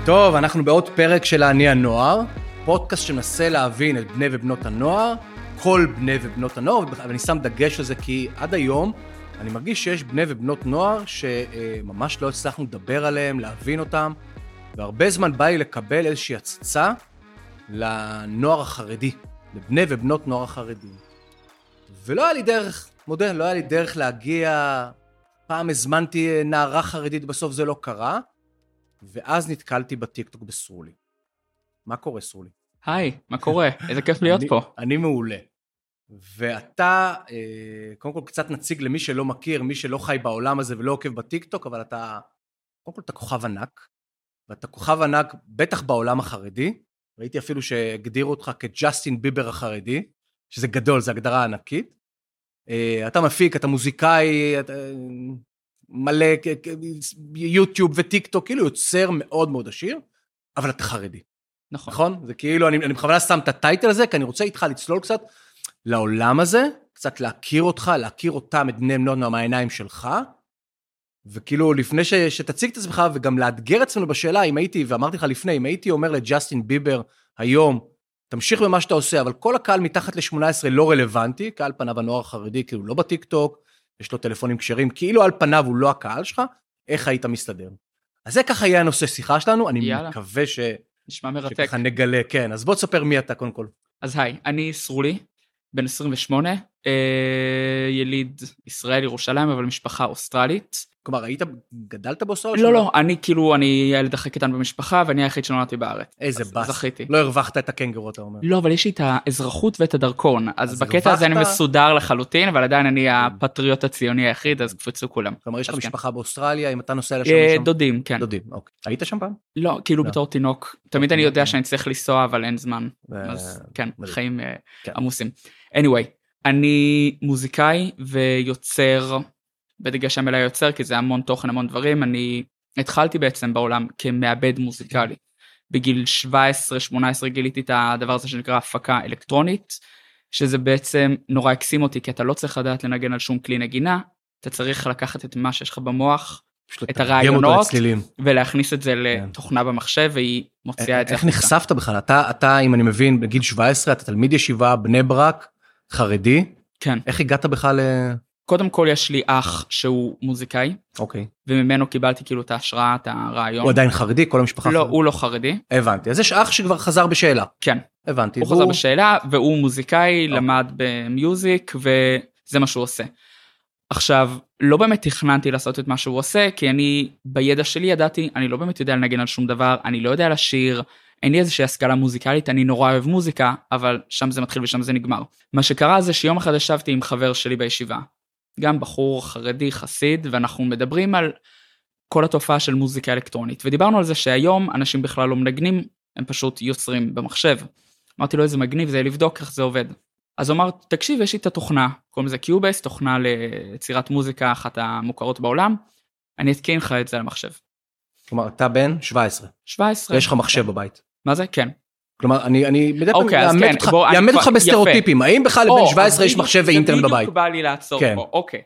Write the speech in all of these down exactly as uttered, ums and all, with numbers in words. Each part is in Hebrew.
טוב, אנחנו בעוד פרק של אני הנוער, פודקאסט שמנסה להבין את בני ובנות הנוער, כל בני ובנות הנוער, ואני שם דגש על זה כי עד היום אני מרגיש שיש בני ובנות נוער שממש לא הצלחנו לדבר עליהם, להבין אותם, והרבה זמן בא לי לקבל איזושהי הצצה לנוער החרדי, לבני ובנות נוער החרדים. ולא היה לי דרך, מודה, לא היה לי דרך להגיע, פעם הזמנתי נערה חרדית, בסוף זה לא קרה, ואז נתקלתי בטיקטוק בסרולי. מה קורה, סרולי? היי, מה קורה? איזה כיף להיות אני, פה. אני מעולה. ואתה, קודם כל קצת נציג למי שלא מכיר, מי שלא חי בעולם הזה ולא עוקב בטיקטוק, אבל אתה, קודם כל אתה כוכב ענק, ואתה כוכב ענק בטח בעולם החרדי, ראיתי אפילו שהגדירו אותך כג'סטין ביבר החרדי, שזה גדול, זה הגדרה ענקית. אתה מפיק, אתה מוזיקאי, אתה מלא יוטיוב וטיקטוק, כאילו יוצר מאוד מאוד עשיר, אבל אתה חרדי. נכון. נכון? זה כאילו, אני, אני בכוונה שם את הטייטל הזה, כי אני רוצה איתך לצלול קצת לעולם הזה, קצת להכיר אותך, להכיר אותם, את בני ובנות מהעיניים שלך, וכאילו לפני ש, שתציג את עצמך, וגם לאתגר עצמנו בשאלה, אם הייתי, ואמרתי לך לפני, אם הייתי אומר לג'סטין ביבר היום, תמשיך במה שאתה עושה, אבל כל הקהל מתחת ל-שמונה עשרה לא רלוונטי, קהל פניו הנוער החרדי, כאילו לא בטיקטוק, יש לו טלפונים כשרים, כאילו על פניו הוא לא הקהל שלך, איך היית מסתדר? אז זה ככה יהיה הנושא שיחה שלנו, אני יאללה. מקווה ש... נשמע מרתק. שככה נגלה, כן, אז בוא תספר מי אתה קודם כל. אז היי, אני סרולי, בן עשרים ושמונה, אה, יליד ישראל, ירושלים, אבל משפחה אוסטרלית. כלומר, היית, גדלת באוסטרליה? לא, לא, אני כאילו, אני ילד הכי קטן במשפחה, ואני היחיד שנולדתי בארץ. איזה בס. זכיתי. לא הרווחת את הקנגורו, אתה אומר. לא, אבל יש לי את האזרחות ואת הדרכון, אז, אז בקטע הזה אני הרווחת? מסודר לחלוטין, אבל עדיין אני הפטריוט הציוני היחיד, אז קפצו כולם. כלומר, יש לך אז כן. משפחה באוסטרליה, אם אתה נוסע לשם אה, לשם? דודים, כן. דודים, אוקיי. היית שם פעם? לא, כאילו לא. בתור תינוק. תמיד אני יודע שאני צריך לנסוע, אבל אין זמן. ו- אז כן, מדהים. חיים אה, כן. עמוסים. anyway, אני מוזיקאי ויוצר, בדגש המילה יוצר, כי זה המון תוכן, המון דברים. אני התחלתי בעצם בעולם כמעבד מוזיקלי. בגיל שבע עשרה שמונה עשרה גיליתי את הדבר הזה שנקרא הפקה אלקטרונית, שזה בעצם נורא הקסים אותי, כי אתה לא צריך לדעת לנגן על שום כלי נגינה, אתה צריך לקחת את מה שיש לך במוח, את הרעיונות, ולהכניס את זה לתוכנה במחשב, והיא מוציאה את זה. איך נחשפת בכלל? אתה, אתה, אם אני מבין, בגיל שבע עשרה, אתה תלמיד ישיבה, בני ברק, חרדי. כן. איך הגעת בכלל? קודם כל יש לי אח שהוא מוזיקאי, אוקיי. וממנו קיבלתי כאילו את ההשראה, את הרעיון. הוא עדיין חרדי? כל המשפחה לא, חרדי? הוא לא חרדי. הבנתי. אז יש אח שכבר חזר בשאלה. כן. הבנתי. הוא חזר בשאלה, והוא מוזיקאי, למד במיוזיק, וזה מה שהוא עושה. עכשיו, לא באמת תכננתי לעשות את מה שהוא עושה, כי אני, בידע שלי ידעתי, אני לא באמת יודע לנגן על שום דבר, אני לא יודע לשיר, אין לי איזושהי השכלה מוזיקלית, אני נורא אוהב מוזיקה, אבל שם זה מתחיל ושם זה נגמר. מה שקרה זה שיום אחד ישבתי עם חבר שלי בישיבה, גם בחור חרדי חסיד, ואנחנו מדברים על כל התופעה של מוזיקה אלקטרונית, ודיברנו על זה שהיום אנשים בכלל לא מנגנים, הם פשוט יוצרים במחשב. אמרתי לו איזה מגניב, זה לבדוק איך זה עובד. אז הוא אמר, תקשיב, יש לי את התוכנה, קוראים לזה קיובייס, תוכנה ליצירת מוזיקה, אחת המוכרות בעולם, אני אתקין לך את זה למחשב. כלומר, אתה בן שבע עשרה. שבע עשרה. יש לך מחשב בבית. מה זה? כן. כלומר, אני, אני מדי פעם אוקיי, אז כן, בוא, יאמד אני- אותך בסטריאוטיפים, האם בכלל לבן או, שבע עשרה אז יש בדיוק- מחשב ואינטרנט זה בבית? בדיוק בא לי לעצור כן. פה, אוקיי.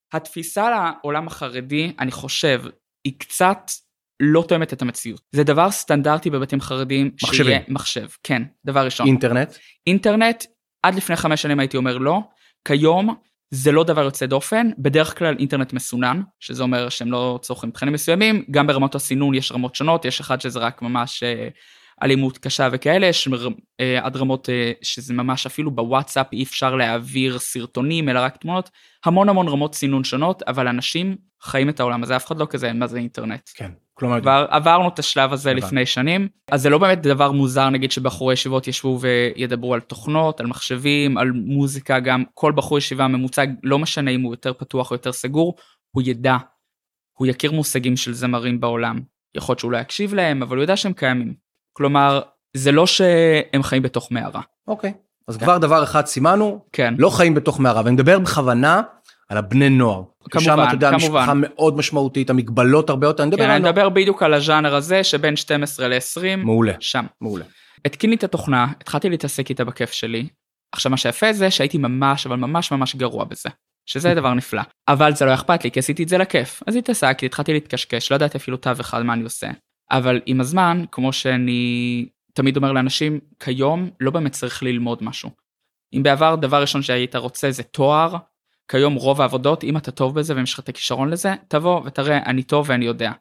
התפיסה לעולם החרדי, אני חושב, היא קצת לא תואמת את המציאות. זה דבר סטנדרטי בבתים חרדיים, מחשבים. שיהיה מחשב, כן, דבר ראשון. אינטרנט? אינטרנט, עד לפני חמש שנים הייתי אומר לא, כיום זה לא דבר יוצא דופן, בדרך כלל אינטרנט מסונן, שזה אומר שהם לא צורכים תכנים מסוימים, גם ברמות הסינון יש רמות שונות, יש אחד שזה רק ממש אה, אלימות קשה וכאלה, יש אה, עד רמות אה, שזה ממש אפילו בוואטסאפ אי אפשר להעביר סרטונים, אלא רק תמונות, המון המון רמות סינון שונות, אבל אנשים חיים את העולם הזה, אף אחד לא כזה, מה זה אינטרנט. כן, כלומר... כבר עברנו את השלב הזה הבנ. לפני שנים, אז זה לא באמת דבר מוזר, נגיד שבחורי ישיבות ישבו וידברו על תוכנות, על מחשבים, על מוזיקה, גם כל בחור ישיבה ממוצג, לא משנה אם הוא יותר פתוח או יותר סגור, הוא ידע, הוא יכיר מושגים של זמרים בעולם, יכול להיות שהוא לא יקשיב להם, אבל הוא יודע שהם קיימים. כלומר, זה לא שהם חיים בתוך מערה. אוקיי, אז כבר דבר אחד סימנו, כן. לא חיים בתוך מערה, ואני מדבר בכוונה על הבני נוער. כמובן, שם אתה יודע, כמובן. משפחה מאוד משמעותית, המגבלות הרבה יותר, אני מדבר כן, על... אני מדבר בדיוק על הז'אנר הזה, שבין שתים עשרה ל-עשרים, מעולה. שם. מעולה. התקין לי את התוכנה, התחלתי להתעסק איתה בכיף שלי, עכשיו מה שיפה זה שהייתי ממש, אבל ממש ממש גרוע בזה, שזה דבר נפלא, אבל זה לא אכפת לי, כי עשיתי את זה לכיף, אז התעסקתי, התחלתי להתקשקש, לא ידעתי אפילו תו אחד מה אני עושה, אבל עם הזמן, כמו שאני תמיד אומר לאנשים, כיום לא באמת צריך ללמוד משהו. אם בעבר דבר ראשון שהיית רוצה זה תואר, כיום רוב העבודות, אם אתה טוב בזה ויש לך את הכישרון לזה, תבוא ותראה, אני טוב ואני יודע.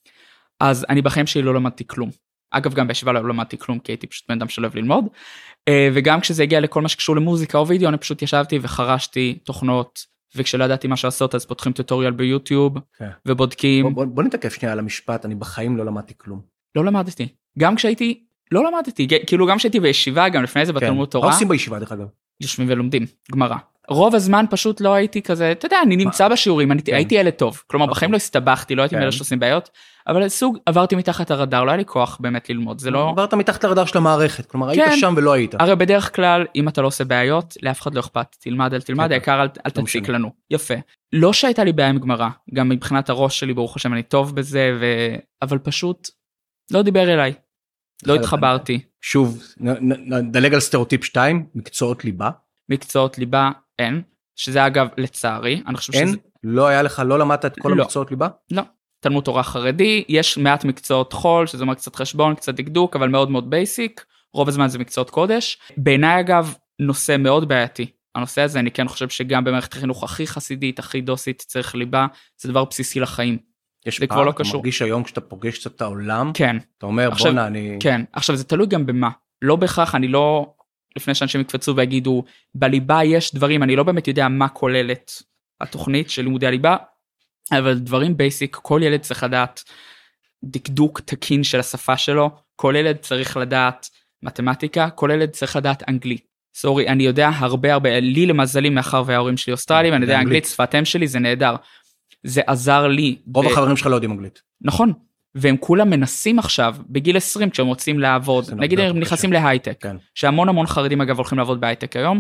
אז אני בחיים שלי לא למדתי כלום. אגב, גם בישיבה לא למדתי כלום, כי הייתי פשוט בן אדם שלא אוהב ללמוד. וגם כשזה הגיע לכל מה שקשור למוזיקה או וידאו, אני פשוט ישבתי וחרשתי תוכנות, וכשלא ידעתי מה שעשות, אז פותחים טוטוריאל ביוטיוב, okay. ובודקים. בוא, בוא, בוא נתקף שנייה על המשפט, אני בחיים לא למדתי כלום. לא למדתי. גם כשהייתי, לא למדתי, כאילו גם כשהייתי בישיבה, גם לפני זה בתלמוד תורה. מה עושים בישיבה, דרך אגב? יושבים ולומדים, גמרא. רוב הזמן פשוט לא הייתי כזה, אתה יודע, אני נמצא בשיעורים, הייתי ילד טוב. כלומר, בחיים לא הסתבכתי, לא הייתי מאלה שעושים בעיות, אבל סוג, עברתי מתחת הרדאר, לא היה לי כוח באמת ללמוד, זה לא... עברת מתחת הרדאר של המערכת, כלומר, היית שם ולא היית. הרי בדרך כלל, אם אתה לא עושה בעיות, לאף אחד לא אכפת, תלמד אל תלמד, העיקר אל תציק לנו. יפה. לא שהייתה לי בעיה עם גמרא, גם מבחינת הראש שלי, ברוך השם, אני טוב בזה, אבל פשוט לא דיבר אליי. לא התחברתי. שוב, נדלג על סטריאוטיפ שתיים, מקצועות ליבה. מקצועות ליבה, אין. שזה אגב, לצערי, אני חושב שזה... אין? לא היה לך, לא למדת את כל המקצועות ליבה? לא. תלמוד תורה חרדי, יש מעט מקצועות חול, שזה אומר קצת חשבון, קצת דקדוק, אבל מאוד מאוד בייסיק. רוב הזמן זה מקצועות קודש. בעיניי אגב, נושא מאוד בעייתי. הנושא הזה, אני כן חושב שגם במערכת החינוך הכי חסידית, הכי דוסית, צריך ליבה, זה דבר בסיסי לחיים. יש פעם, לא אתה קשור. מרגיש היום כשאתה פוגש קצת את העולם, כן. אתה אומר, עכשיו, בונה, אני... כן, עכשיו זה תלוי גם במה. לא בהכרח, אני לא, לפני שאנשים יקפצו ויגידו, בליבה יש דברים, אני לא באמת יודע מה כוללת התוכנית של לימודי הליבה, אבל דברים בייסיק, כל ילד צריך לדעת דקדוק תקין של השפה שלו, כל ילד צריך לדעת מתמטיקה, כל ילד צריך לדעת אנגלית. סורי, אני יודע הרבה הרבה, לי למזלי מאחר וההורים שלי אוסטרלים, אני יודע אנגלית, שפת אם שלי, זה נהדר. זה עזר לי. רוב החברים שלך לא יודעים אנגלית. נכון, והם כולם מנסים עכשיו, בגיל עשרים, כשהם רוצים לעבוד, נגיד הם נכנסים להייטק, שהמון המון חרדים אגב הולכים לעבוד בהייטק היום,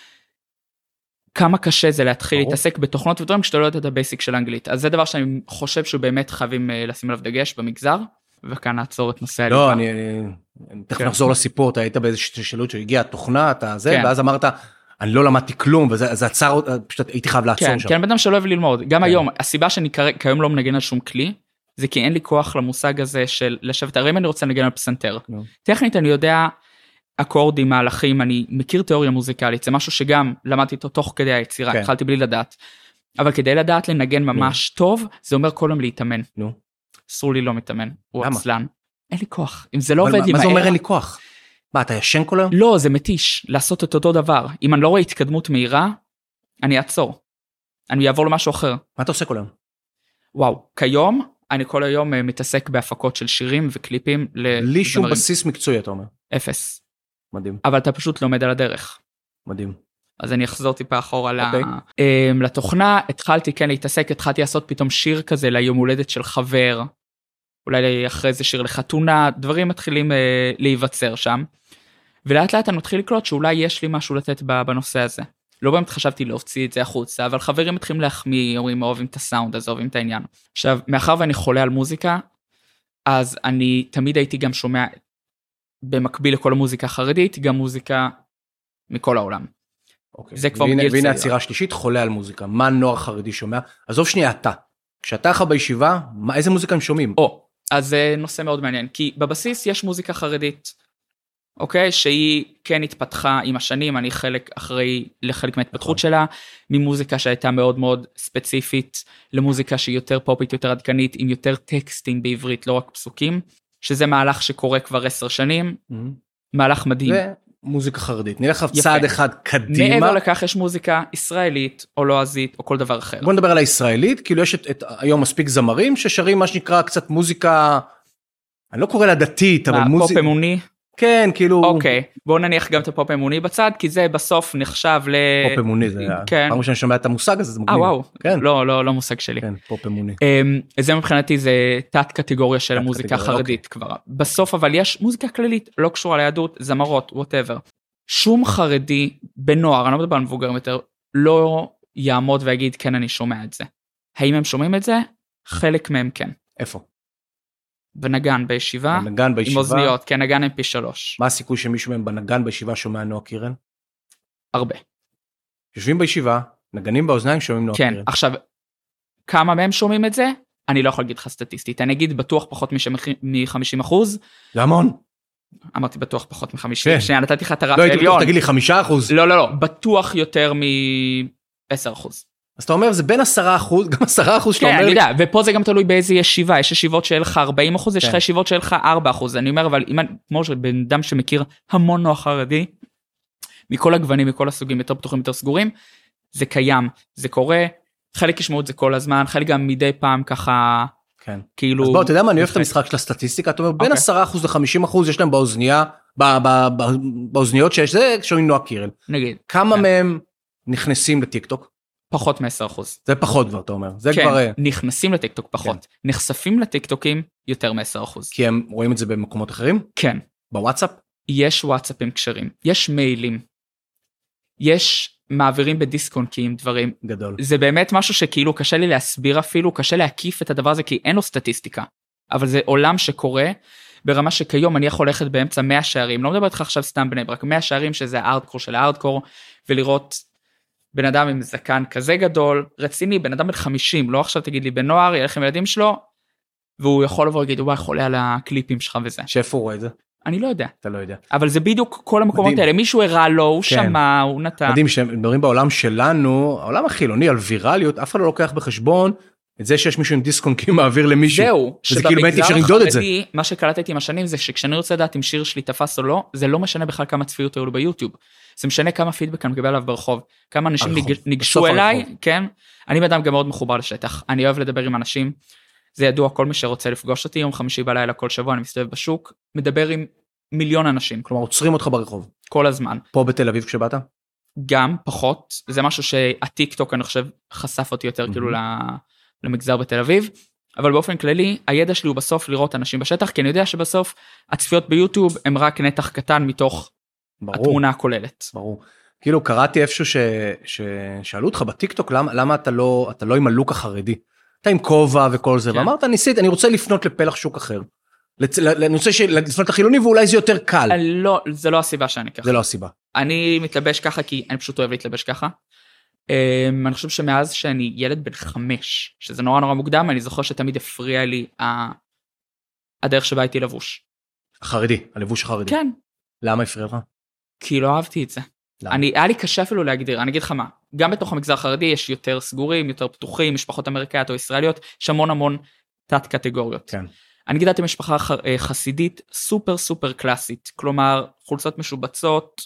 כמה קשה זה להתחיל להתעסק בתוכנות ודברים, כשאתה לא יודע את הבייסיק של האנגלית. אז זה דבר שאני חושב שהוא באמת חייבים לשים עליו דגש במגזר, וכאן נעצור את נושא הליבה. לא, אני תכף נחזור לסיפור, אתה היית באיזושהי שאלות שהגיעה התוכנה, אתה זה, ואז אמרת, אני לא למדתי כלום, וזה עצר, פשוט הייתי חייב לעצור שם. כן, בן אדם שלא אוהב ללמוד. גם היום, הסיבה שאני כיום לא מנגן על שום כלי, זה כי אין לי כוח למושג הזה של לשבת, הרי אם אני רוצה לנגן על פסנתר. טכנית אני יודע אקורדים, מהלכים, אני מכיר תיאוריה מוזיקלית, זה משהו שגם למדתי אותו תוך כדי היצירה, התחלתי בלי לדעת. אבל כדי לדעת לנגן ממש טוב, זה אומר כל יום להתאמן. אסור לי לא מתאמן, הוא עצלן. אין לי כוח. אם זה לא עובד לי מה זה אומר אין לי כוח? מה, אתה ישן כל היום? לא, זה מתיש, לעשות את אותו דבר. אם אני לא רואה התקדמות מהירה, אני אעצור. אני אעבור למשהו אחר. מה אתה עושה כל היום? וואו, כיום, אני כל היום מתעסק בהפקות של שירים וקליפים. בלי שום בסיס מקצועי, אתה אומר. אפס. מדהים. אבל אתה פשוט לומד על הדרך. מדהים. אז אני אחזור טיפה אחורה לתוכנה, התחלתי כן להתעסק, התחלתי לעשות פתאום שיר כזה ליום הולדת של חבר, אולי אחרי זה שיר לחתונה, דברים מתחילים להיווצר שם, ולאט לאט אני מתחיל לקלוט שאולי יש לי משהו לתת בנושא הזה. לא באמת חשבתי להוציא את זה החוצה, אבל חברים מתחילים להחמיא, אומרים, אוהבים את הסאונד הזה, אוהבים את העניין. עכשיו, מאחר ואני חולה על מוזיקה, אז אני תמיד הייתי גם שומע, במקביל לכל המוזיקה החרדית, גם מוזיקה מכל העולם. אוקיי. זה כבר והנה, והנה הצירה השלישית, חולה על מוזיקה. מה נוער חרדי שומע? עזוב שנייה אתה. כשאתה לך בישיבה, מה, איזה מוזיקה הם שומעים? או, אז זה נושא מאוד מעניין, כי בבסיס יש מוזיקה חרדית, אוקיי? שהיא כן התפתחה עם השנים, אני חלק אחרי לחלק מההתפתחות שלה, ממוזיקה שהייתה מאוד מאוד ספציפית, למוזיקה שהיא יותר פופית, יותר עדכנית, עם יותר טקסטים בעברית, לא רק פסוקים, שזה מהלך שקורה כבר עשר שנים, מהלך מדהים. מוזיקה חרדית, נלך צעד אחד קדימה. מעבר לכך יש מוזיקה ישראלית או לועזית או כל דבר אחר. בוא נדבר על הישראלית, כאילו יש את, את היום מספיק זמרים ששרים מה שנקרא קצת מוזיקה, אני לא קורא לה דתית, אבל מוזיקה... פופ אמוני? כן, כאילו... אוקיי, בואו נניח גם את הפופ אמוני בצד, כי זה בסוף נחשב ל... פופ אמוני, זה כן. פעם שאני שומע את המושג הזה, זה מגניב. אה, וואו, כן. לא, לא, לא מושג שלי. כן, פופ אמוני. זה מבחינתי זה תת קטגוריה של המוזיקה החרדית כבר. בסוף אבל יש מוזיקה כללית, לא קשורה ליהדות, זמרות, whatever. שום חרדי בנוער, אני לא מדבר על מבוגרים יותר, לא יעמוד ויגיד, כן, אני שומע את זה. האם הם שומעים את זה? חלק מהם כן. איפה? בנגן בישיבה. בנגן בישיבה. עם אוזניות, כן, נגן הם פי שלוש. מה הסיכוי שמישהו מהם בנגן בישיבה שומע נועה קירל? הרבה. יושבים בישיבה, נגנים באוזניים, שומעים נועה קירל. כן, עכשיו, כמה מהם שומעים את זה? אני לא יכול להגיד לך סטטיסטית, אני אגיד בטוח פחות מ-חמישים אחוז. זה המון. אמרתי בטוח פחות מ-חמישים, שנייה, נתתי לך את הרף העליון. לא הייתי בטוח, תגיד לי חמישה אחוז. לא, לא, לא, בטוח יותר מ-עשרה אחוז. אז אתה אומר, זה בין עשרה אחוז, גם עשרה אחוז שאתה אומר לי. כן, אני יודע, ופה זה גם תלוי באיזה ישיבה, יש ישיבות שאין לך ארבעים אחוז, יש לך ישיבות שאין לך ארבעה אחוז, אני אומר, אבל כמו שבן אדם שמכיר המון נוער חרדי, מכל הגוונים, מכל הסוגים, יותר פתוחים, יותר סגורים, זה קיים, זה קורה, חלק ישמעו את זה כל הזמן, חלק גם מדי פעם ככה, כן. כאילו... אז בוא, אתה יודע מה, אני אוהב את המשחק של הסטטיסטיקה, אתה אומר, בין עשרה אחוז ל-חמישים אחוז יש להם באוזנייה, באוזניות שיש, זה שומעים נועה קירל. נגיד. כמה מהם נכנסים לטיקטוק? פחות מ-עשרה אחוז. זה פחות כבר, אתה אומר. זה כן, כבר... נכנסים לטיקטוק פחות. נחשפים לטיקטוקים יותר מ-עשרה אחוז. כי הם רואים את זה במקומות אחרים? כן. בוואטסאפ? יש וואטסאפים קשרים, יש מיילים, יש מעבירים בדיסקונקים, דברים. גדול. זה באמת משהו שכאילו קשה לי להסביר אפילו, קשה להקיף את הדבר הזה, כי אין לו סטטיסטיקה. אבל זה עולם שקורה, ברמה שכיום אני יכול ללכת באמצע מאה שערים, לא מדבר איתך עכשיו סתם בני ברק, מאה שערים שזה הארדקור של הארדקור, ולראות בן אדם עם זקן כזה גדול, רציני, בן אדם בן חמישים, לא עכשיו תגיד לי בנוער, ילך עם ילדים שלו, והוא יכול לבוא ולהגיד, וואי, חולה על הקליפים שלך וזה. שאיפה הוא רואה את זה? אני לא יודע. אתה לא יודע. אבל זה בדיוק כל המקומות האלה, מישהו הראה לו, הוא שמע, הוא נתן. מדהים שמדברים בעולם שלנו, העולם החילוני על ויראליות, אף אחד לא לוקח בחשבון את זה שיש מישהו עם דיסקונקים מעביר למישהו. זהו, שבמגזר החרדי, מה שקלטתי עם השנים זה שכשאני רוצה לדעת אם שיר שלי תפס או לא, זה לא משנה בכלל כמה צפיות היו לו ביוטיוב. זה משנה כמה פידבק אני מקבל עליו ברחוב, כמה אנשים ניגשו אליי, כן? אני באדם גם מאוד מחובר לשטח, אני אוהב לדבר עם אנשים, זה ידוע, כל מי שרוצה לפגוש אותי, יום חמישי בלילה כל שבוע, אני מסתובב בשוק, מדבר עם מיליון אנשים. כלומר, עוצרים אותך ברחוב. כל הזמן. פה בתל אביב כשבאת? גם, פחות. זה משהו שהטיק טוק, אני חושב, חשף אותי יותר כאילו למגזר בתל אביב, אבל באופן כללי, הידע שלי הוא בסוף לראות אנשים בשטח, כי אני יודע שבסוף הצפיות ביוטיוב הם רק נתח קטן מתוך התמונה הכוללת. ברור. כאילו, קראתי איפשהו ששאלו אותך בטיק טוק, למה אתה לא עם הלוק החרדי? אתה עם כובע וכל זה, ואמרת, ניסית, אני רוצה לפנות לפלח שוק אחר. אני רוצה לפנות לחילוני, ואולי זה יותר קל. לא, זה לא הסיבה שאני ככה. זה לא הסיבה. אני מתלבש ככה, כי אני פשוט אוהב להתלבש ככה. אני חושב שמאז שאני ילד בן חמש, שזה נורא נורא מוקדם, אני זוכר שתמיד הפריע לי הדרך שבה הייתי לבוש. החרדי, הלבוש החרדי. כן. למה הפריע לך? כי לא אהבתי את זה. אני, היה לי קשה אפילו להגדיר, אני אגיד לך מה, גם בתוך המגזר החרדי יש יותר סגורים, יותר פתוחים, משפחות אמריקאיות או ישראליות, יש המון המון תת קטגוריות. כן. אני גידלתי משפחה חסידית סופר סופר קלאסית, כלומר חולצות משובצות,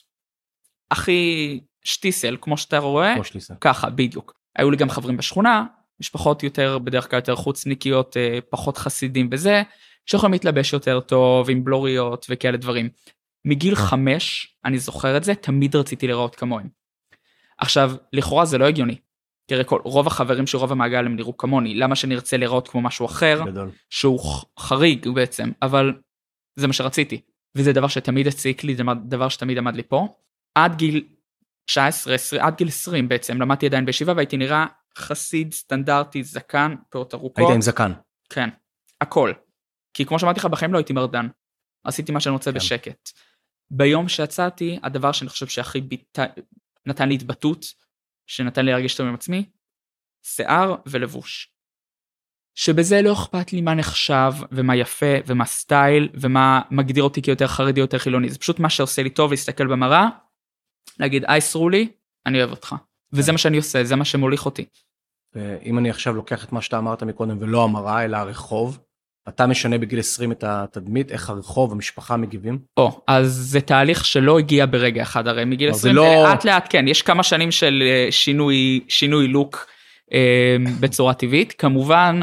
הכי שטיסל, כמו שאתה רואה, כמו שטיסל. ככה, בדיוק. היו לי גם חברים בשכונה, משפחות יותר, בדרך כלל יותר חוצניקיות, פחות חסידים בזה, שיכולים להתלבש יותר טוב, עם בלוריות וכאלה דברים. מגיל חמש, אני זוכר את זה, תמיד רציתי לראות כמוהם. עכשיו, לכאורה זה לא הגיוני. תראה, רוב החברים של רוב המעגל הם נראו כמוני, למה שנרצה לראות כמו משהו אחר, גדול. שהוא חריג בעצם, אבל זה מה שרציתי. וזה דבר שתמיד הציק לי, זה דבר שתמיד עמד לי פה. עד גיל תשע עשרה, עשרים, עד גיל עשרים בעצם, למדתי עדיין בישיבה, והייתי נראה חסיד, סטנדרטי, זקן, פאות ארוכות. היית עם זקן. כן, הכל. כי כמו שאמרתי לך, בחיים לא הייתי מרדן. עשיתי מה שאני רוצה כן. בשקט. ביום שיצאתי, הדבר שאני חושב שהכי ביט... נתן לי התבטאות, שנתן לי להרגיש טוב עם עצמי, שיער ולבוש. שבזה לא אכפת לי מה נחשב, ומה יפה, ומה סטייל, ומה מגדיר אותי כיותר חרדי, יותר חילוני. זה פשוט מה שעושה לי טוב, להסתכל במראה, להגיד, איי סרולי, אני אוהב אותך. וזה מה שאני עושה, זה מה שמוליך אותי. ואם אני עכשיו לוקח את מה שאתה אמרת מקודם, ולא המראה, אלא הרחוב, אתה משנה בגיל עשרים את התדמית, איך הרחוב, המשפחה מגיבים? או, אז זה תהליך שלא הגיע ברגע אחד, הרי מגיל עשרים, לאט לאט, כן, יש כמה שנים של שינוי, שינוי לוק אה, בצורה טבעית, כמובן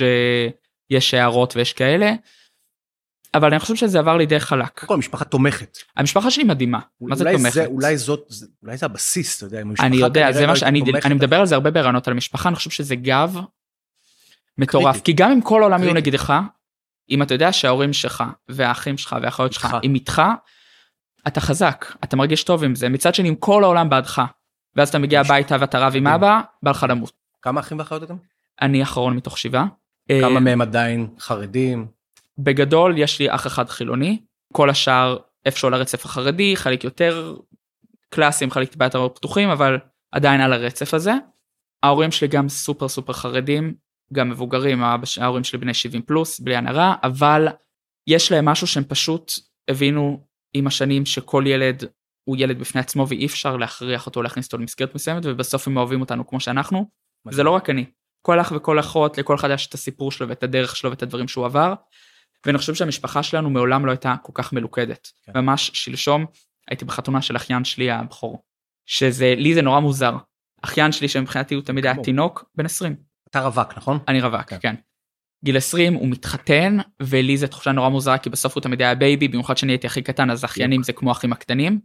שיש הערות ויש כאלה, אבל אני חושב שזה עבר לי די חלק. כל המשפחה תומכת. המשפחה שלי מדהימה, מה זה תומכת? זה, אולי זאת, אולי זה הבסיס, אתה יודע, אני יודע, זה מה שאני, אני מדבר על זה הרבה ברעיונות על המשפחה, אני חושב שזה גב, מטורף, כי גם אם כל העולם יהיו נגדך, אם אתה יודע שההורים שלך, והאחים שלך, והאחיות שלך, הם איתך, אתה חזק, אתה מרגיש טוב עם זה, מצד שני, עם כל העולם בעדך, ואז אתה מגיע הביתה ואתה רב עם אבא, בא לך למות. כמה אחים ואחיות אתם? אני אחרון מתוך שבעה. כמה מהם עדיין חרדים? בגדול, יש לי אח אחד חילוני, כל השאר איפשהו על הרצף החרדי, חלק יותר קלאסיים, חלק טיפה יותר פתוחים, אבל עדיין על הרצף הזה. ההורים שלי גם סופר סופר חרדים, גם מבוגרים, ההורים שלי בני שבעים פלוס, בלי הנרה, אבל יש להם משהו שהם פשוט הבינו עם השנים שכל ילד הוא ילד בפני עצמו, ואי אפשר להכריח אותו להכניס אותו למסגרת מסוימת, ובסוף הם אוהבים אותנו כמו שאנחנו. זה לא רק אני. כל אח וכל אחות, לכל אחד יש את הסיפור שלו ואת הדרך שלו ואת הדברים שהוא עבר, ואני חושב שהמשפחה שלנו מעולם לא הייתה כל כך מלוכדת. כן. ממש שלשום הייתי בחתונה של אחיין שלי הבכור, שזה, לי זה נורא מוזר. אחיין שלי שמבחינתי הוא תמיד היה תינוק, בן עשרים. אתה רווק, נכון? אני רווק, כן. כן. גיל עשרים הוא מתחתן, ולי זה תחושה נורא מוזרה, כי בסוף הוא תמיד היה בייבי, במיוחד שאני הייתי הכי קטן, אז אחיינים זה כמו אחים הקטנים.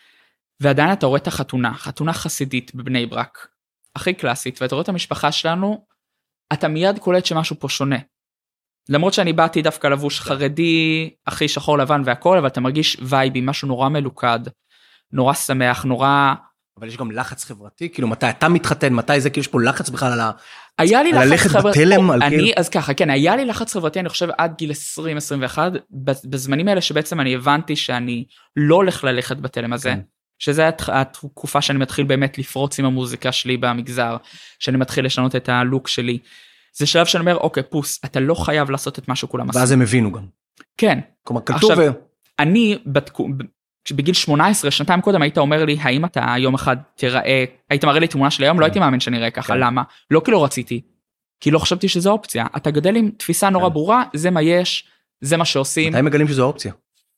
ועדיין אתה רואה את החתונה, חתונה חסידית בבני ברק, הכי קלאסית, ואתה רואה את המשפחה שלנו, אתה מיד קולט שמשהו פה שונה. למרות שאני באתי דווקא לבוש חרדי, הכי שחור לבן והכל, אבל אתה מרגיש וייבי, משהו נורא מלוכד, נורא שמח, נורא... אבל יש גם לחץ חברתי, כאילו מתי אתה מתחתן, מתי זה, כאילו יש פה לחץ בכלל על ה... היה לי לחץ חברתי, אני, כאילו... אז ככה, כן, היה לי לחץ חברתי, אני חושב עד גיל עשרים עשרים ואחת, בזמנים האלה שבעצם אני הבנתי שאני לא הולך ללכת בתלם הזה, כן. שזה התקופה שאני מתחיל באמת לפרוץ עם המוזיקה שלי במגזר, שאני מתחיל לשנות את הלוק שלי, זה שלב שאני אומר, אוקיי, פוס, אתה לא חייב לעשות את מה שכולם עושים. ואז הם הבינו גם. כן. כלומר, כתוב... עכשיו, אני, בתקו... בגיל שמונה עשרה, שנתיים קודם, היית אומר לי, האם אתה יום אחד תראה, היית מראה לי תמונה של היום, לא הייתי מאמין שאני אראה ככה, למה? לא כי לא רציתי, כי לא חשבתי שזו אופציה. אתה גדל עם תפיסה נורא ברורה, זה מה יש, זה מה שעושים. מתי מגלים שזו אופציה?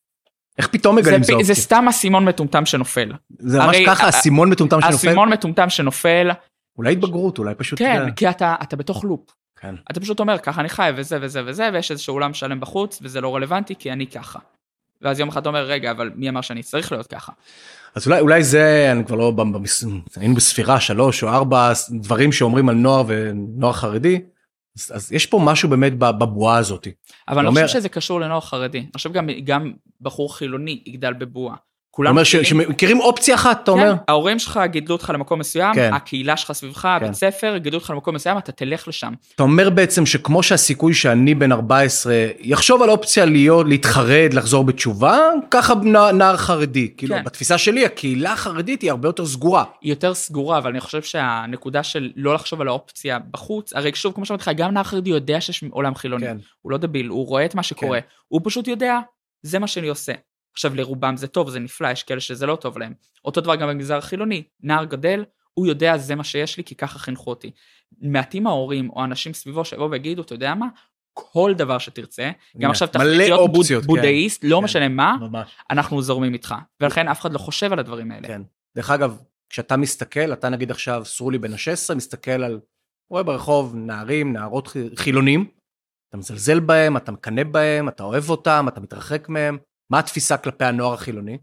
איך פתאום מגלים שזו אופציה? זה סתם הסימון מטומטם שנופל. זה ממש ככה, הסימון מטומטם שנופל? הסימון מטומטם שנופל. אולי התבגרות, אולי פשוט... כן, כי אתה, אתה בתוך לופ. כן. אתה פשוט אומר, ככה אני חי, וזה וזה וזה, ויש איזשהו עולם שלם בחוץ, וזה לא רלוונטי, כי אני ככה. ואז יום אחד אתה אומר, רגע, אבל מי אמר שאני צריך להיות ככה? אז אולי, אולי זה, אני כבר לא, היינו בספירה, שלוש או ארבע דברים שאומרים על נוער ונוער חרדי, אז, אז יש פה משהו באמת בבועה הזאת. אבל אני אומר, חושב שזה קשור לנוער חרדי. אני חושב גם, גם בחור חילוני יגדל בבועה. כולם אומר שמכירים אופציה אחת, אתה אומר? כן, ההורים שלך גידלו אותך למקום מסוים, הקהילה שלך סביבך, בית ספר, גידלו אותך למקום מסוים, אתה תלך לשם. אתה אומר בעצם שכמו שהסיכוי שאני בן ארבע עשרה יחשוב על אופציה להיות, להתחרד, לחזור בתשובה, ככה נער חרדי. כאילו, בתפיסה שלי, הקהילה החרדית היא הרבה יותר סגורה. היא יותר סגורה, אבל אני חושב שהנקודה של לא לחשוב על האופציה בחוץ, הרי שוב, כמו שאמרתי לך, גם נער חרדי יודע שיש עולם חילוני. הוא לא דביל, הוא רואה את מה שקורה. הוא פשוט יודע, זה מה שאני עושה. עכשיו לרובם זה טוב, זה נפלא, יש כאלה שזה לא טוב להם. אותו דבר גם במגזר החילוני, נער גדל, הוא יודע זה מה שיש לי, כי ככה חינכו אותי. מעטים ההורים או אנשים סביבו שבו ויגידו, אתה יודע מה? כל דבר שתרצה, גם עכשיו תחליט להיות בודהיסט, לא משנה מה, אנחנו זורמים איתך. ולכן אף אחד לא חושב על הדברים האלה. כן. דרך אגב, כשאתה מסתכל, אתה נגיד עכשיו, סרולי בן ה-שש עשרה, מסתכל על, רואה ברחוב נערים, נערות חילונים, אתה מזלזל בהם, אתה מקנא בהם, אתה אוהב אותם, אתה מתרחק מהם. מה התפיסה כלפי הנוער החילוני?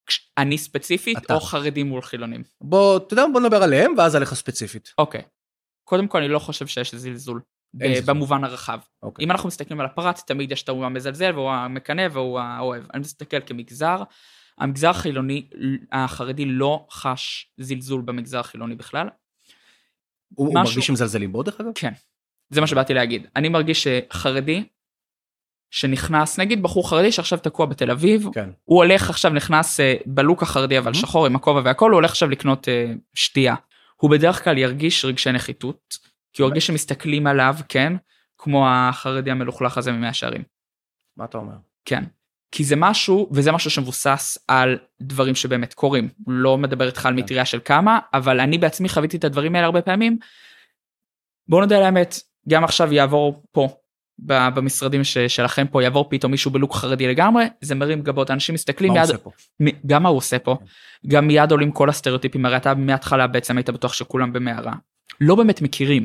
אני ספציפית אתה. או חרדים מול חילונים? בוא, אתה יודע, בוא נדבר עליהם, ואז עליך ספציפית. אוקיי. קודם כל, אני לא חושב שיש זלזול. במובן הרחב. אוקיי. אם אנחנו מסתכלים על הפרט, תמיד יש את הוא המזלזל, והוא המקנא, והוא האוהב. אני מסתכל כמגזר, המגזר החילוני, החרדי לא חש זלזול במגזר החילוני בכלל. הוא, משהו... הוא מרגיש שמזלזלים בו, דרך אגב? כן. זה מה שבאתי להגיד. אני מרגיש שחרדי, שנכנס, נגיד בחור חרדי שעכשיו תקוע בתל אביב, כן. הוא הולך עכשיו נכנס בלוק החרדי, אבל mm-hmm. שחור עם הכובע והכל, הוא הולך עכשיו לקנות uh, שתייה. הוא בדרך כלל ירגיש רגשי נחיתות, כי הוא ירגיש שמסתכלים עליו, כן, כמו החרדי המלוכלך הזה ממאה שערים. מה אתה אומר? כן. כי זה משהו, וזה משהו שמבוסס על דברים שבאמת קורים. הוא לא מדבר איתך על מטריה של כמה, אבל אני בעצמי חוויתי את הדברים האלה הרבה פעמים. בואו נדע על האמת, גם עכשיו יעבור פה, במשרדים שלכם פה, יעבור פתאום מישהו בלוק חרדי לגמרי, זה מרים גבות, אנשים מסתכלים מיד, גם מה הוא עושה פה, גם מיד עולים כל הסטריאוטיפים, הרי אתה מההתחלה בעצם היית בטוח שכולם במערה, לא באמת מכירים,